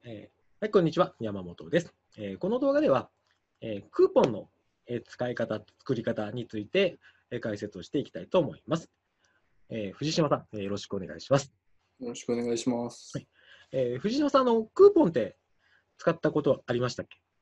はい、こんにちは。山本です。この動画では、クーポンの使い方、作り方について解説をしていきたいと思います。藤島さん、よろしくお願いします。 よろしくお願いしまはい。 す。 藤島さん、クーポンって使ったことはありましたっけ？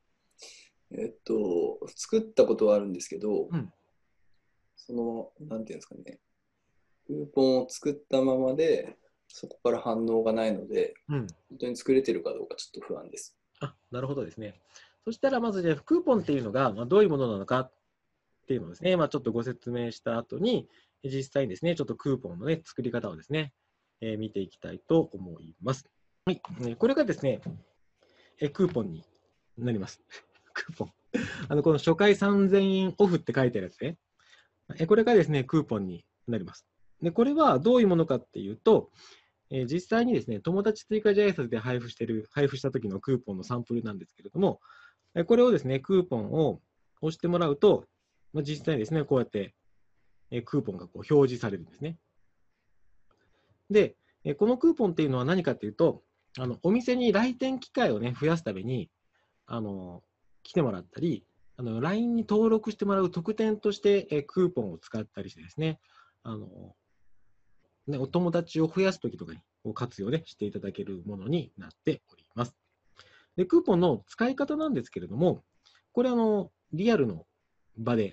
作ったことはあるんですけど、 うん。 なんていうんですかね、クーポンを作ったままで、そこから反応がないので、 うん。 本当に作れてるかどうかちょっと不安です。 あ、なるほどですね。そしたら、まずじゃあ、クーポンっていうのが、どういうものなのかっていうのをですね、ちょっとご説明した後に、実際にですね、ちょっとクーポンのね、作り方をですね、見ていきたいと思います。はい。これがですね、クーポンになります。クーポン。この初回3000円オフって書いてあるやつね。これがですね、クーポンになります。で、これはどういうものかっていうと、実際にですね、友達追加試合で配布した時のクーポンのサンプルなんですけれども、これをですね、クーポンを押してもらうと、実際にですね、こうやってクーポンがこう表示されるんですね。で、このクーポンっていうのは何かっていうと、お店に来店機会をね、増やすために、あの、来てもらったり、LINE に登録してもらう特典として、クーポンを使ったりしてですね、あの、ね、お友達を増やすときとかに活用ね、していただけるものになっております。で、クーポンの使い方なんですけれども、これリアルの場で、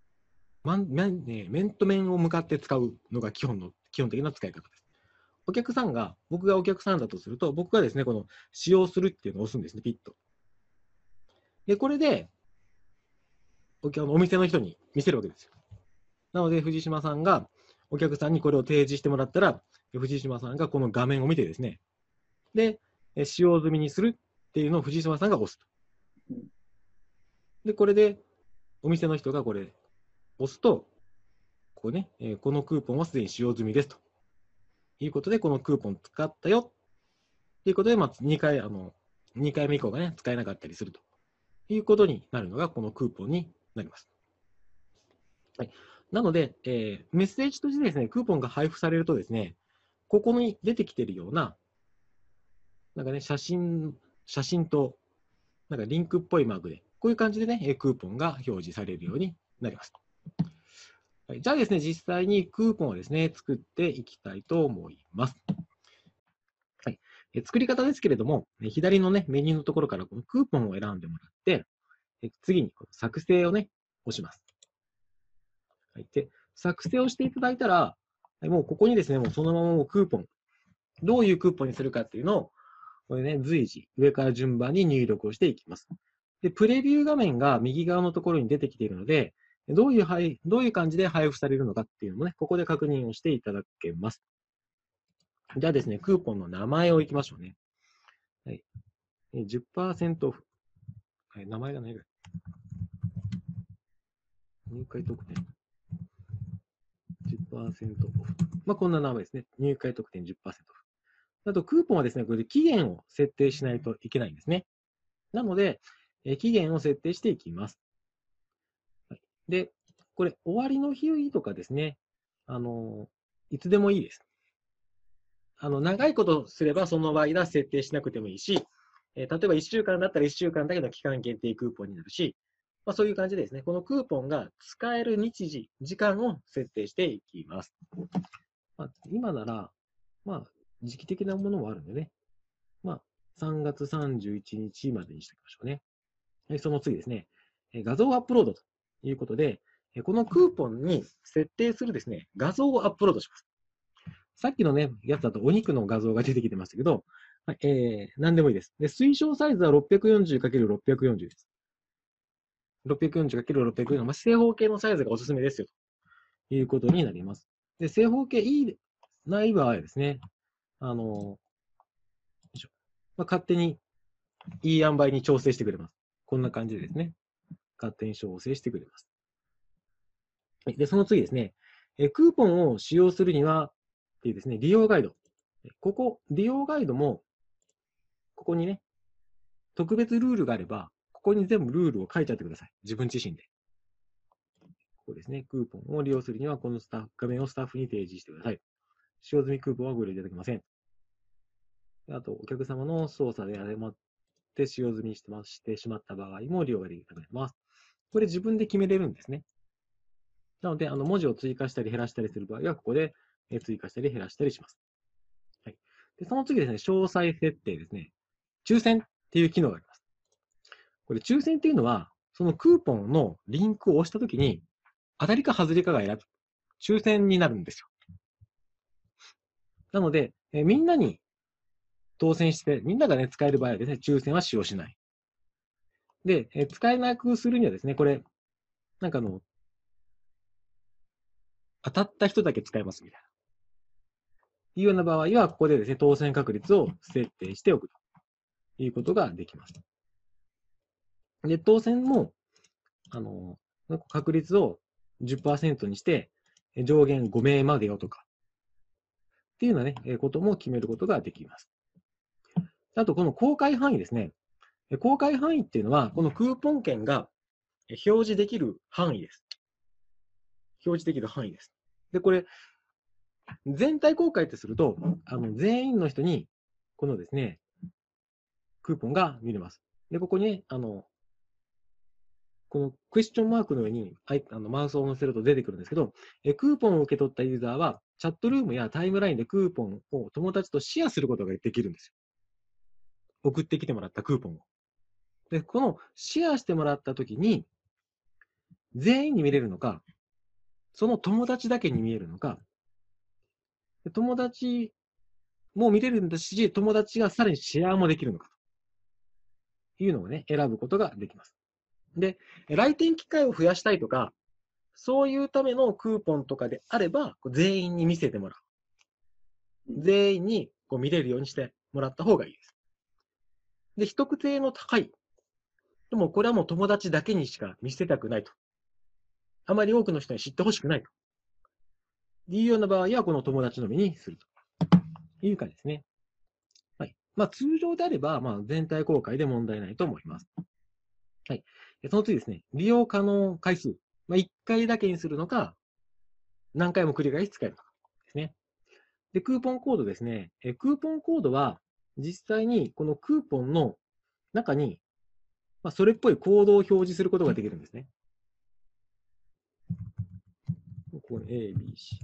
面と面を向かって使うのが基本的な使い方です。僕がお客さんだとすると、僕がですね、この使用するっていうのを押すんですね、ピッと。で、これで、お店の人に見せるわけですよ。なので、藤島さんがお客さんにこれを提示してもらったら、藤島さんがこの画面を見てですね、で、使用済みにするっていうのを藤島さんが押すと。で、これで、お店の人がこれ押すと、ここね、このクーポンはすでに使用済みですということで、このクーポン使ったよっていうことで、2回目以降がね、使えなかったりするということになるのが、このクーポンになります。はい。なので、メッセージとしてですね、クーポンが配布されるとですね、ここに出てきているような、なんかね、写真と、なんかリンクっぽいマークで、こういう感じでね、クーポンが表示されるようになります。はい、じゃあですね、実際にクーポンをですね、作っていきたいと思います。はい。作り方ですけれども、左のね、メニューのところからこのクーポンを選んでもらって、次に作成をね、押します。はい。で、作成をしていただいたら、もうここにですね、もうそのままもうクーポン、どういうクーポンにするかっていうのを、これね、随時、上から順番に入力をしていきます。で、プレビュー画面が右側のところに出てきているので、どういう感じで配布されるのかっていうのもね、ここで確認をしていただけます。じゃあですね、クーポンの名前をいきましょうね。はい。10%オフ。はい、名前がないぐらい。入会特典。10%オフ。こんな名前ですね。入会特典10%オフ。あと、クーポンはですね、これで期限を設定しないといけないんですね。なので、期限を設定していきます。はい、で、これ、終わりの日とかですね、いつでもいいです。長いことすればその間設定しなくてもいいし、例えば1週間だったら1週間だけの期間限定クーポンになるし、そういう感じでですね、このクーポンが使える時間を設定していきます。今なら、時期的なものもあるんでね、3月31日までにしておきましょうね。その次ですね、画像アップロードということで、このクーポンに設定するですね、画像をアップロードします。さっきのね、やつだとお肉の画像が出てきてましたけど、何でもいいです。で、推奨サイズは 640×640 です。640×640、正方形のサイズがおすすめですよ、ということになります。で、正方形ない場合はですね、あの、勝手にいい塩梅に調整してくれます。こんな感じでですね、勝手に調整してくれます。で、その次ですね、クーポンを使用するには、っていうですね、利用ガイド。利用ガイドも、ここにね、特別ルールがあれば、ここに全部ルールを書いちゃってください。自分自身で。ここですね、クーポンを利用するには、この画面をスタッフに提示してください。使用済みクーポンはご利用いただけません。あと、お客様の操作で誤っって使用済みにしてしまった場合も利用ができなくなります。これ自分で決めれるんですね。なので、文字を追加したり減らしたりする場合は、ここで追加したり減らしたりします。はい。で、その次ですね、詳細設定ですね。抽選っていう機能があります。これ、抽選っていうのは、そのクーポンのリンクを押したときに、当たりか外れかが選ぶ。抽選になるんですよ。なので、みんなに当選して、みんながね、使える場合はですね、抽選は使用しない。で、使えなくするにはですね、これ、なんか当たった人だけ使えますみたいな。いうような場合は、ここでですね、当選確率を設定しておくということができます。で、当選も、確率を 10% にして、上限5名までよとか、っていうようなね、ことも決めることができます。あと、この公開範囲ですね。公開範囲っていうのは、このクーポン券が表示できる範囲です。表示できる範囲です。で、これ、全体公開ってすると、全員の人に、このですね、クーポンが見れます。で、ここにね、このクエスチョンマークの上にマウスを乗せると出てくるんですけど、クーポンを受け取ったユーザーは、チャットルームやタイムラインでクーポンを友達とシェアすることができるんですよ。送ってきてもらったクーポンを。で、このシェアしてもらったときに、全員に見れるのか、その友達だけに見えるのか、友達も見れるんですし、友達がさらにシェアもできるのかというのをね、選ぶことができます。で、来店機会を増やしたいとか、そういうためのクーポンとかであれば、全員に見せてもらう。全員に見れるようにしてもらった方がいいです。で、秘匿性の高い。でもこれはもう友達だけにしか見せたくないと。あまり多くの人に知ってほしくないと。いうような場合は、この友達のみにするという感じですね。はい。通常であれば、全体公開で問題ないと思います。はい。その次ですね、利用可能回数。1回だけにするのか、何回も繰り返し使えるのかですね。で、クーポンコードですね。クーポンコードは、実際にこのクーポンの中に、それっぽいコードを表示することができるんですね。ここに A、B、C。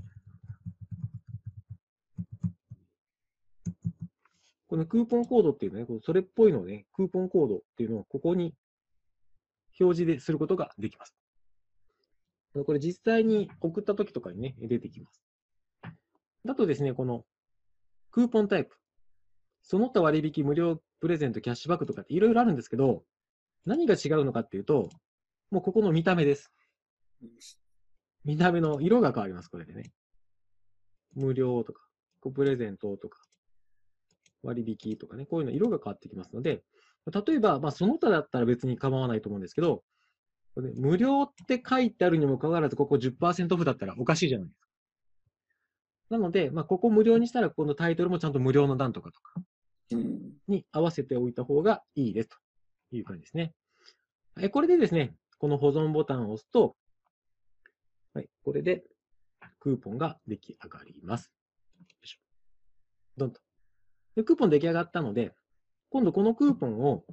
このクーポンコードっていうのね、それっぽいのをね、クーポンコードっていうのをここに表示ですることができます。これ実際に送った時とかにね、出てきます。だとですね、このクーポンタイプ、その他割引、無料プレゼント、キャッシュバックとかっていろいろあるんですけど、何が違うのかっていうと、もうここの見た目です。見た目の色が変わります、これでね。無料とか、プレゼントとか、割引とかね、こういうの色が変わってきますので、例えば、その他だったら別に構わないと思うんですけど、無料って書いてあるにもかかわらず、ここ 10% オフだったらおかしいじゃないですか。なので、ここ無料にしたら、このタイトルもちゃんと無料の段とかに合わせておいた方がいいですという感じですね。これでですね、この保存ボタンを押すと、はい、これでクーポンが出来上がります。よいしょ。どんと。で、クーポン出来上がったので、今度このクーポンを、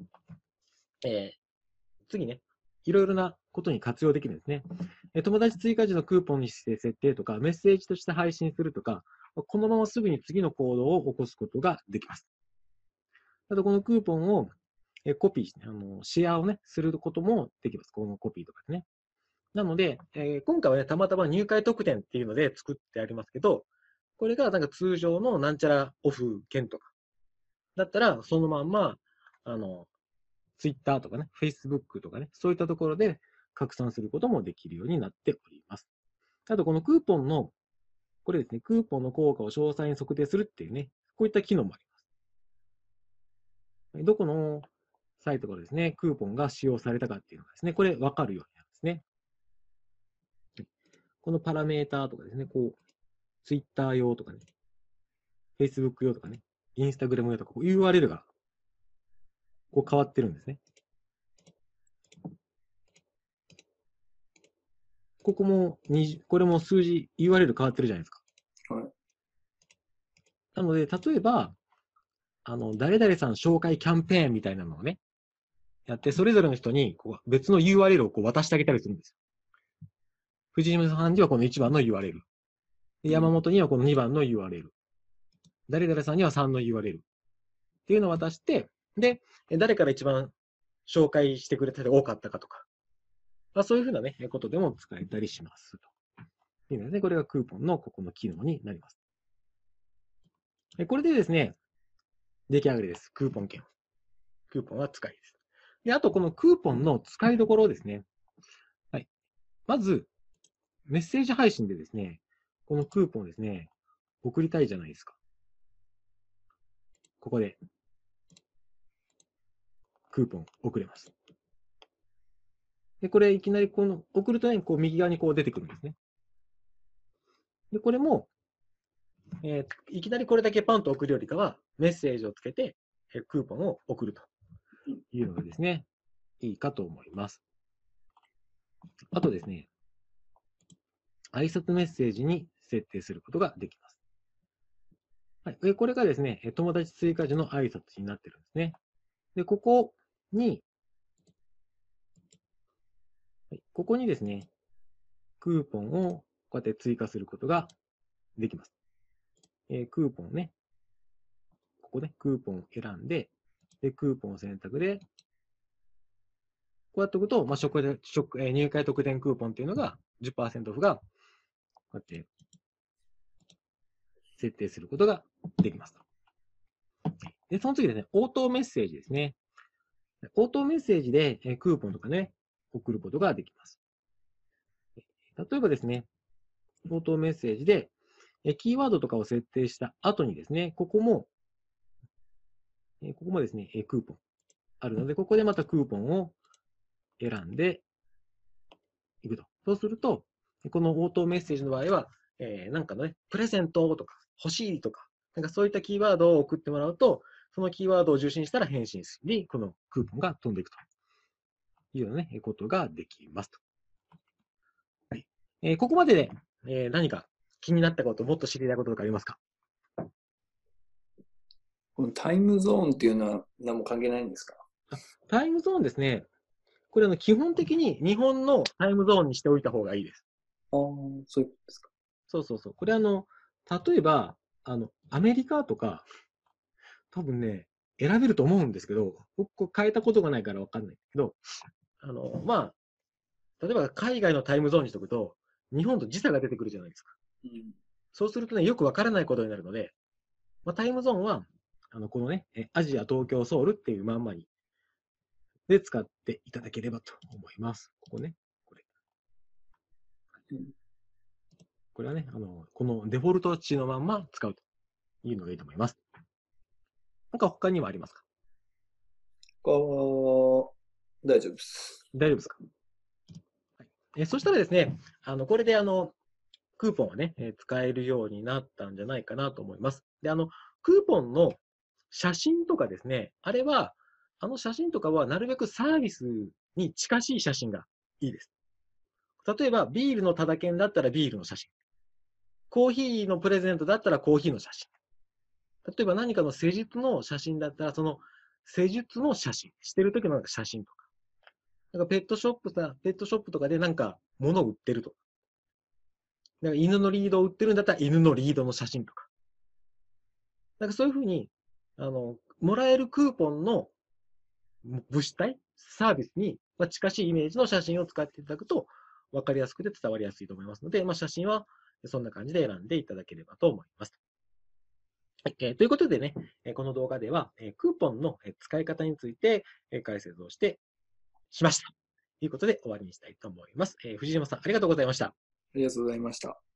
次ね、いろいろなことに活用できるんですね。友達追加時のクーポンにして設定とか、メッセージとして配信するとか、このまますぐに次の行動を起こすことができます。あと、このクーポンをコピーして、シェアをね、することもできます。このコピーとかでね。なので、今回はね、たまたま入会特典っていうので作ってありますけど、これがなんか通常のなんちゃらオフ券とか、だったら、そのまんま、ツイッターとかね、フェイスブックとかね、そういったところで拡散することもできるようになっております。あと、このクーポンの、これですね、クーポンの効果を詳細に測定するっていうね、こういった機能もあります。どこのサイトからですね、クーポンが使用されたかっていうのがですね、これ分かるようになるんですね。このパラメーターとかですね、ツイッター用とかね、フェイスブック用とかね、インスタグラム用とか、URL が変わってるんですね。これも数字、URL 変わってるじゃないですか。 はい。 なので、例えば、誰々さん紹介キャンペーンみたいなのをね、 やって、それぞれの人にこう別の URL をこう渡してあげたりするんですよ。藤島さんにはこの1番の URL。山本にはこの2番の URL。誰々さんには3の URL。っていうのを渡して、で、誰から一番紹介してくれた人が多かったかとか、そういうふうなね、ことでも使えたりします。というのですね、これがクーポンのここの機能になります。これでですね、出来上がりです。クーポン券。クーポンは使いです。で、あとこのクーポンの使いどころですね。はい。まず、メッセージ配信でですね、このクーポンをですね、送りたいじゃないですか。ここで、クーポン送れます。で、これいきなりこの送るとね、こう右側にこう出てくるんですね。で、これも、いきなりこれだけパンと送るよりかは、メッセージをつけて、クーポンを送るというのがですね、いいかと思います。あとですね、挨拶メッセージに設定することができます。はい、これがですね、友達追加時の挨拶になってるんですね。で、ここにですね、クーポンをこうやって追加することができます。クーポンをね、ここね、クーポンを選んで、で、クーポンを選択で、こうやっておくと、入会特典クーポンっていうのが 10% オフが、こうやって設定することができます。で、その次ですね、応答メッセージですね。応答メッセージでクーポンとかね、送ることができます。例えばですね、応答メッセージで、キーワードとかを設定した後にですね、ここもですね、クーポンあるので、ここでまたクーポンを選んでいくと。そうすると、この応答メッセージの場合は、なんかね、プレゼントとか欲しいとか、なんかそういったキーワードを送ってもらうと、そのキーワードを受信したら返信するに、このクーポンが飛んでいくというようなね、ことができますと。はい。ここまでで、何か気になったこと、もっと知りたいこととかありますか？ このタイムゾーンっていうのは何も関係ないんですか？ タイムゾーンですね。これ基本的に日本のタイムゾーンにしておいた方がいいです。 ああ、そういうことですか。 そうそうそう。これ例えば、アメリカとか、多分ね、選べると思うんですけど、僕こう変えたことがないからわかんないけど、まあ、例えば海外のタイムゾーンにしとくと、日本と時差が出てくるじゃないですか。 うん、 そうするとね、よくわからないことになるので、まあ、タイムゾーンは、このね、アジア、東京、ソウルっていうまんまに、で使っていただければと思います。ここね、これ。 うん、 これはね、このデフォルト値のまんま使うというのがいいと思います。なんか他にはありますか？ 大丈夫です。 大丈夫ですか？はい。そしたらですね、これでクーポンはね、使えるようになったんじゃないかなと思います。で、クーポンの写真とかですね、あれは、写真とかはなるべくサービスに近しい写真がいいです。例えば、ビールのタダ券だったらビールの写真。コーヒーのプレゼントだったらコーヒーの写真。例えば何かの施術の写真だったら、その施術の写真。してる時の写真とか。なんかペットショップとかでなんか物を売ってるとか。なんか犬のリードを売ってるんだったら犬のリードの写真とか。なんかそういうふうに、もらえるクーポンの物体、サービスに近しいイメージの写真を使っていただくと、分かりやすくて伝わりやすいと思いますので、写真はそんな感じで選んでいただければと思います。はい、ということでね、この動画では、クーポンの使い方について解説をしました。ということで終わりにしたいと思います。藤島さん、ありがとうございました。 ありがとうございました。